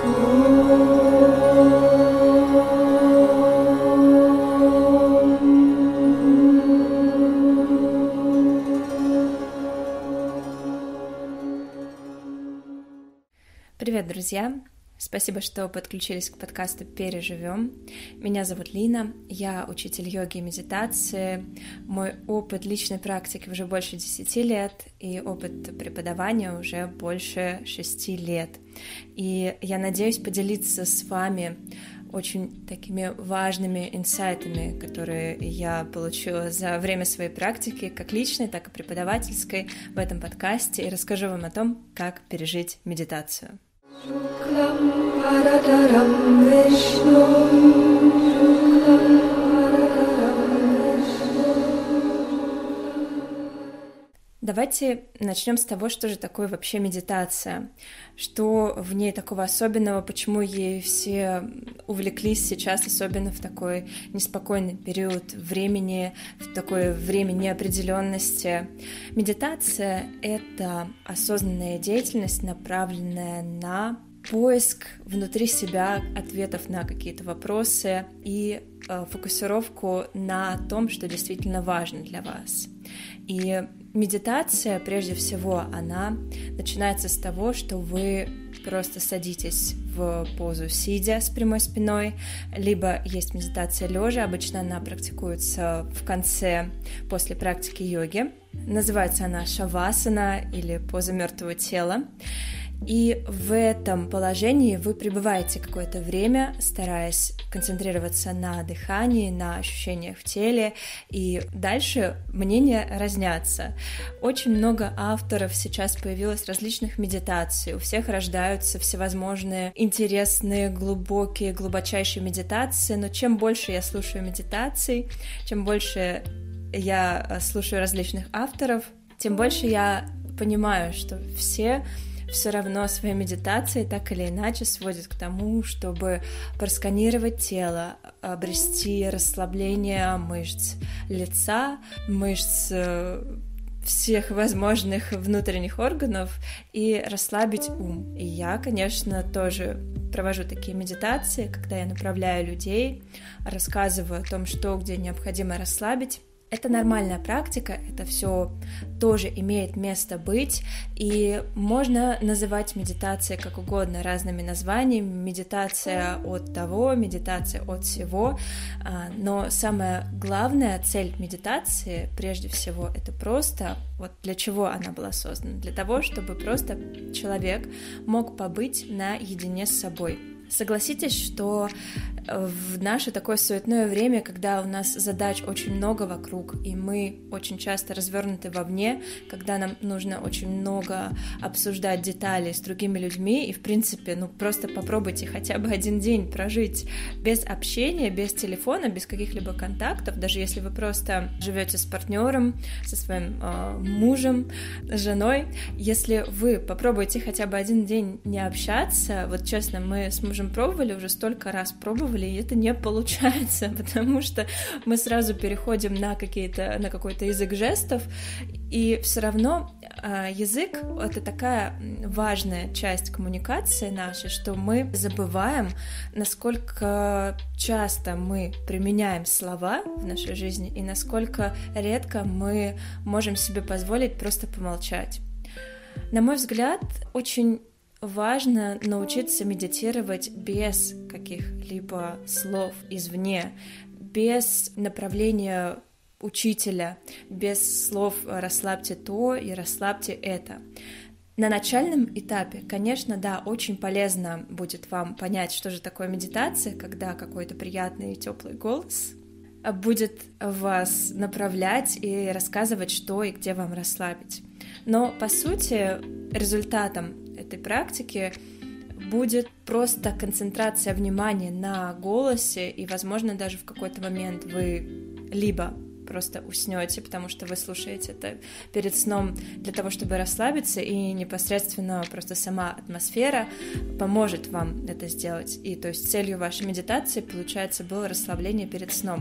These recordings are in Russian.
Привет, друзья! Спасибо, что подключились к подкасту «Переживем». Меня зовут Лина, я учитель йоги и медитации. Мой опыт личной практики уже больше 10 лет, и опыт преподавания уже больше 6 лет. И я надеюсь поделиться с вами очень такими важными инсайтами, которые я получила за время своей практики, как личной, так и преподавательской, в этом подкасте, и расскажу вам о том, как пережить медитацию. Давайте начнем с того, что же такое вообще медитация, что в ней такого особенного, почему ей все увлеклись сейчас, особенно в такой неспокойный период времени, в такое время неопределенности. Медитация — это осознанная деятельность, направленная на поиск внутри себя ответов на какие-то вопросы и фокусировку на том, что действительно важно для вас. И медитация, прежде всего, она начинается с того, что вы просто садитесь в позу сидя с прямой спиной, либо есть медитация лежа, обычно она практикуется в конце, после практики йоги. Называется она шавасана или поза мертвого тела. И в этом положении вы пребываете какое-то время, стараясь концентрироваться на дыхании, на ощущениях в теле, и дальше мнения разнятся. Очень много авторов сейчас появилось различных медитаций, у всех рождаются всевозможные интересные, глубокие, глубочайшие медитации, но чем больше я слушаю медитаций, чем больше я слушаю различных авторов, тем больше я понимаю, что все равно свои медитации так или иначе сводят к тому, чтобы просканировать тело, обрести расслабление мышц лица, мышц всех возможных внутренних органов и расслабить ум. И я, конечно, тоже провожу такие медитации, когда я направляю людей, рассказываю о том, что где необходимо расслабить. Это нормальная практика, это все тоже имеет место быть, и можно называть медитацией как угодно, разными названиями, медитация от того, медитация от всего, но самая главная цель медитации, прежде всего, это просто, вот для чего она была создана, для того, чтобы просто человек мог побыть наедине с собой. Согласитесь, что в наше такое суетное время, когда у нас задач очень много вокруг, и мы очень часто развернуты вовне, когда нам нужно очень много обсуждать детали с другими людьми, и, в принципе, просто попробуйте хотя бы один день прожить без общения, без телефона, без каких-либо контактов, даже если вы просто живете с партнером, со своим мужем, женой. Если вы попробуете хотя бы один день не общаться, вот честно, мы с мужем пробовали, уже столько раз пробовали, и это не получается, потому что мы сразу переходим на какой-то язык жестов, и все равно язык — это такая важная часть коммуникации нашей, что мы забываем, насколько часто мы применяем слова в нашей жизни и насколько редко мы можем себе позволить просто помолчать. На мой взгляд, очень важно научиться медитировать без каких-либо слов извне, без направления учителя, без слов «расслабьте то» и «расслабьте это». На начальном этапе, конечно, да, очень полезно будет вам понять, что же такое медитация, когда какой-то приятный и теплый голос будет вас направлять и рассказывать, что и где вам расслабить. Но, по сути, результатом этой практики будет просто концентрация внимания на голосе, и, возможно, даже в какой-то момент вы либо просто уснете, потому что вы слушаете это перед сном для того, чтобы расслабиться, и непосредственно просто сама атмосфера поможет вам это сделать. И то есть целью вашей медитации, получается, было расслабление перед сном.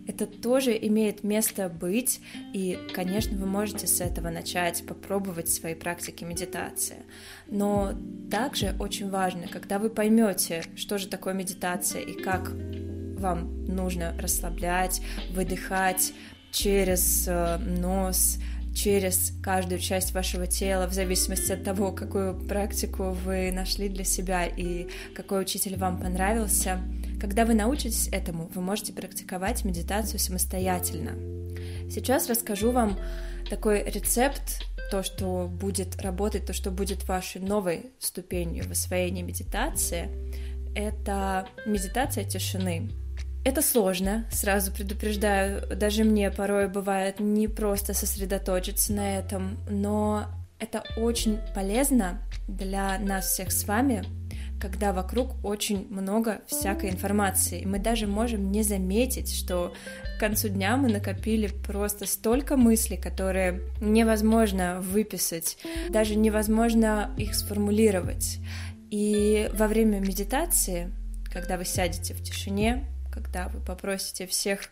Это тоже имеет место быть, и, конечно, вы можете с этого начать, попробовать свои практики медитации. Но также очень важно, когда вы поймете, что же такое медитация и как вам нужно расслаблять, выдыхать через нос, через каждую часть вашего тела, в зависимости от того, какую практику вы нашли для себя и какой учитель вам понравился. Когда вы научитесь этому, вы можете практиковать медитацию самостоятельно. Сейчас расскажу вам такой рецепт, то, что будет работать, то, что будет вашей новой ступенью в освоении медитации. Это медитация тишины. Это сложно, сразу предупреждаю, даже мне порой бывает не просто сосредоточиться на этом, но это очень полезно для нас всех с вами, когда вокруг очень много всякой информации, и мы даже можем не заметить, что к концу дня мы накопили просто столько мыслей, которые невозможно выписать, даже невозможно их сформулировать. И во время медитации, когда вы сядете в тишине, когда вы попросите всех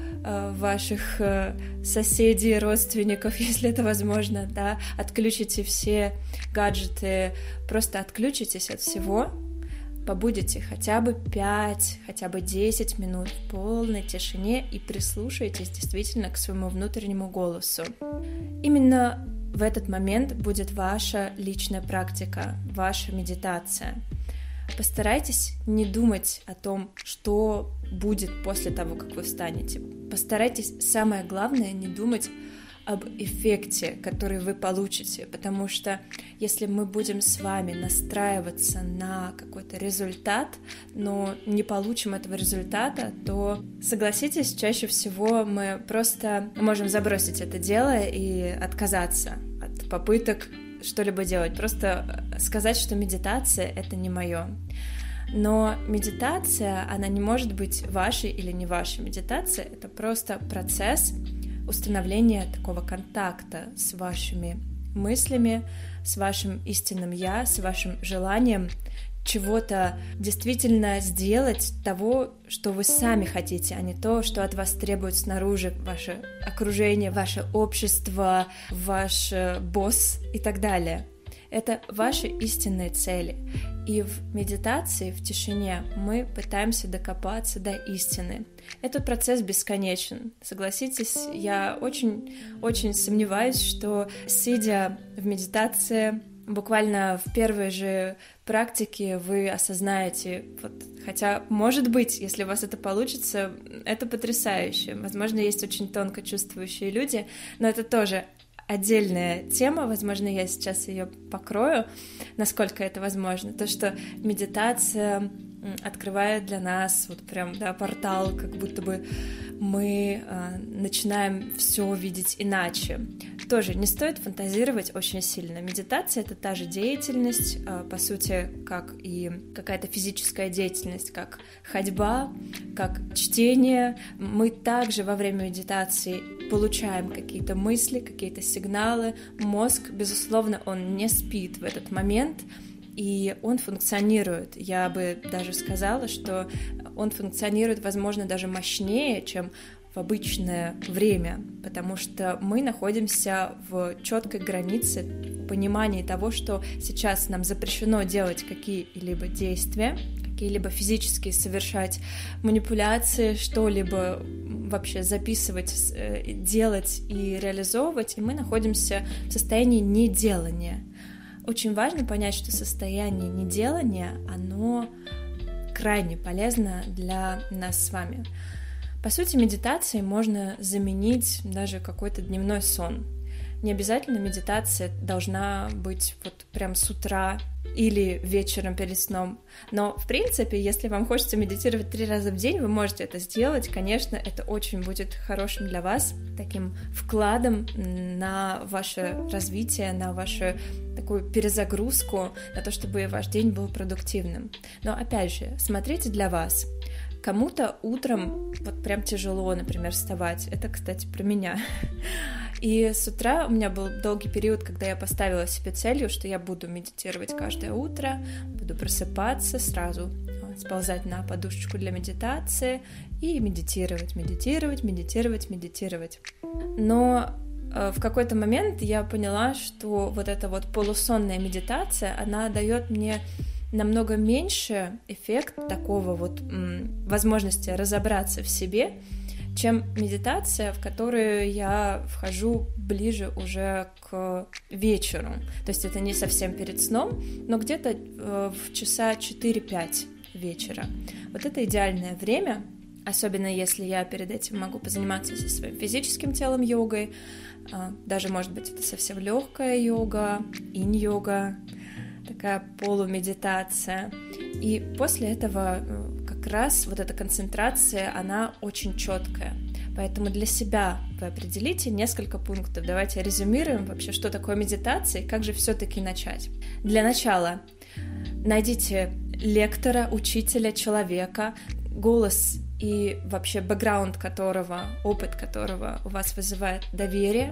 ваших соседей, родственников, если это возможно, да, отключите все гаджеты, просто отключитесь от всего, побудете хотя бы 5, хотя бы 10 минут в полной тишине и прислушайтесь действительно к своему внутреннему голосу. Именно в этот момент будет ваша личная практика, ваша медитация. Постарайтесь не думать о том, что будет после того, как вы встанете. Постарайтесь, самое главное, не думать об эффекте, который вы получите, потому что если мы будем с вами настраиваться на какой-то результат, но не получим этого результата, то, согласитесь, чаще всего мы просто можем забросить это дело и отказаться от попыток что-либо делать, просто сказать, что медитация — это не мое. Но медитация, она не может быть вашей или не вашей. Медитация — это просто процесс установления такого контакта с вашими мыслями, с вашим истинным «я», с вашим желанием чего-то действительно сделать, того, что вы сами хотите, а не то, что от вас требует снаружи ваше окружение, ваше общество, ваш босс и так далее. Это ваши истинные цели. И в медитации, в тишине мы пытаемся докопаться до истины. Этот процесс бесконечен. Согласитесь, я очень сомневаюсь, что, сидя в медитации, буквально в первой же практике вы осознаете, хотя, может быть, если у вас это получится, это потрясающе. Возможно, есть очень тонко чувствующие люди, но это тоже отдельная тема, возможно, я сейчас ее покрою, насколько это возможно. То, что медитация открывает для нас портал, как будто бы мы начинаем все видеть иначе. Тоже не стоит фантазировать очень сильно. Медитация — это та же деятельность, по сути, как и какая-то физическая деятельность, как ходьба, как чтение. Мы также во время медитации получаем какие-то мысли, какие-то сигналы. Мозг, безусловно, он не спит в этот момент, и он функционирует. Я бы даже сказала, что он функционирует, возможно, даже мощнее, чем в обычное время, потому что мы находимся в четкой границе понимания того, что сейчас нам запрещено делать какие-либо действия, какие-либо физические совершать манипуляции, что-либо вообще записывать, делать и реализовывать, и мы находимся в состоянии неделания. Очень важно понять, что состояние неделания, оно крайне полезно для нас с вами. По сути, медитацией можно заменить даже какой-то дневной сон. Не обязательно медитация должна быть прям с утра или вечером перед сном. Но, в принципе, если вам хочется медитировать 3 раза в день, вы можете это сделать. Конечно, это очень будет хорошим для вас, таким вкладом на ваше развитие, на вашу такую перезагрузку, на то, чтобы ваш день был продуктивным. Но, опять же, смотрите для вас. Кому-то утром прям тяжело, например, вставать. Это, кстати, про меня. И с утра у меня был долгий период, когда я поставила себе целью, что я буду медитировать каждое утро, буду просыпаться, сразу сползать на подушечку для медитации и медитировать. Но в какой-то момент я поняла, что вот эта вот полусонная медитация, она дает мне намного меньше эффект такого вот возможности разобраться в себе, чем медитация, в которую я вхожу ближе уже к вечеру. То есть это не совсем перед сном, но где-то в часа 4-5 вечера. Вот это идеальное время, особенно если я перед этим могу позаниматься со своим физическим телом йогой, даже, может быть, это совсем легкая йога, инь-йога, такая полумедитация. И после этого как раз вот эта концентрация, она очень четкая. Поэтому для себя вы определите несколько пунктов. Давайте резюмируем вообще, что такое медитация и как же все-таки начать. Для начала найдите лектора, учителя, человека, голос и вообще бэкграунд которого, опыт которого у вас вызывает доверие,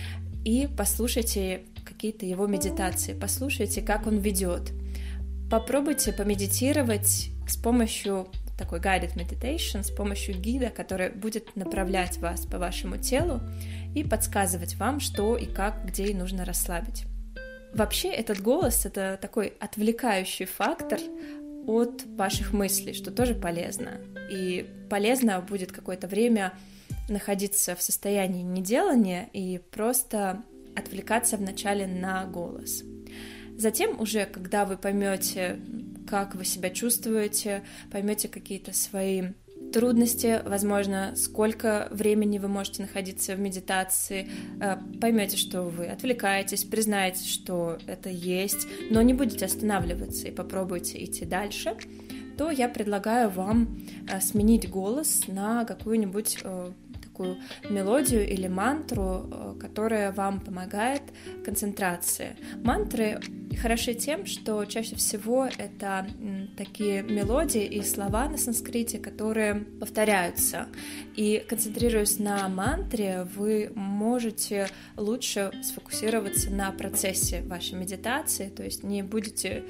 и послушайте какие-то его медитации, послушайте, как он ведет. Попробуйте помедитировать с помощью такой guided meditation, с помощью гида, который будет направлять вас по вашему телу и подсказывать вам, что и как, где и нужно расслабить. Вообще этот голос — это такой отвлекающий фактор от ваших мыслей, что тоже полезно. И полезно будет какое-то время находиться в состоянии неделания и просто отвлекаться вначале на голос. Затем уже, когда вы поймете, как вы себя чувствуете, поймете какие-то свои трудности, возможно, сколько времени вы можете находиться в медитации, поймете, что вы отвлекаетесь, признаете, что это есть, но не будете останавливаться и попробуйте идти дальше, то я предлагаю вам сменить голос на какую-нибудь такую мелодию или мантру, которая вам помогает концентрации. Мантры хороши тем, что чаще всего это такие мелодии и слова на санскрите, которые повторяются. И концентрируясь на мантре, вы можете лучше сфокусироваться на процессе вашей медитации, то есть не будете,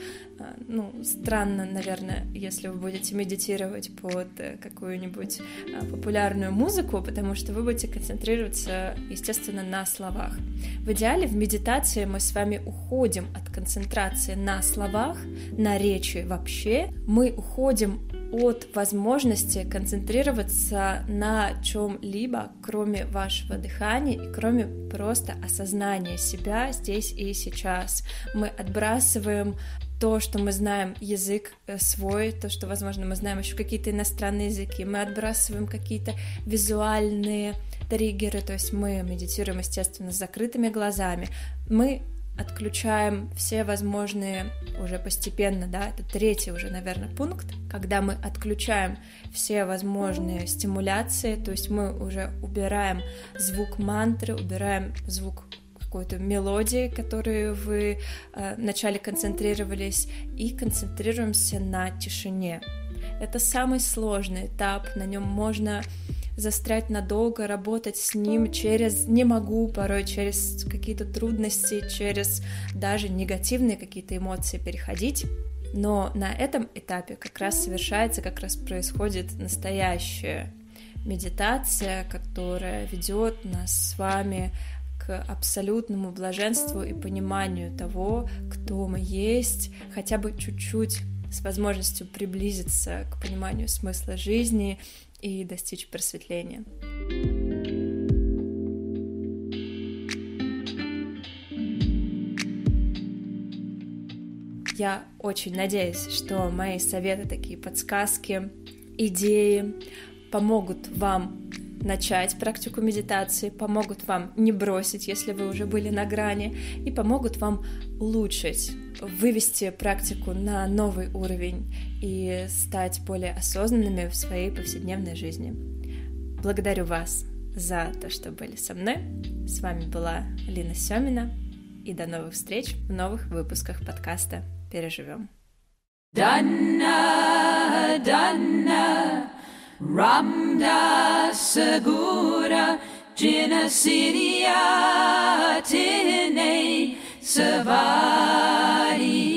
странно, наверное, если вы будете медитировать под какую-нибудь популярную музыку, потому что вы будете концентрироваться, естественно, на словах. В идеале в медитации мы с вами уходим от концентрации на словах, на речи вообще. Мы уходим от возможности концентрироваться на чем-либо, кроме вашего дыхания и кроме просто осознания себя здесь и сейчас. Мы отбрасываем то, что мы знаем язык свой, то, что, возможно, мы знаем еще какие-то иностранные языки, мы отбрасываем какие-то визуальные триггеры, то есть мы медитируем, естественно, с закрытыми глазами, мы отключаем все возможные уже постепенно, это третий уже, наверное, пункт, когда мы отключаем все возможные стимуляции, то есть мы уже убираем звук мантры, убираем звук какой-то мелодии, которую вы вначале концентрировались, и концентрируемся на тишине. Это самый сложный этап, на нем можно застрять надолго, работать с ним порой через какие-то трудности, через даже негативные какие-то эмоции переходить. Но на этом этапе как раз происходит настоящая медитация, которая ведет нас с вами к абсолютному блаженству и пониманию того, кто мы есть, хотя бы чуть-чуть, с возможностью приблизиться к пониманию смысла жизни и достичь просветления. Я очень надеюсь, что мои советы, такие подсказки, идеи помогут вам начать практику медитации, помогут вам не бросить, если вы уже были на грани, и помогут вам улучшить, вывести практику на новый уровень и стать более осознанными в своей повседневной жизни. Благодарю вас за то, что были со мной. С вами была Лина Семина, и до новых встреч в новых выпусках подкаста «Переживем». Dana, Dana, Ramda Sagura, Jina Siddhya Tine Savari.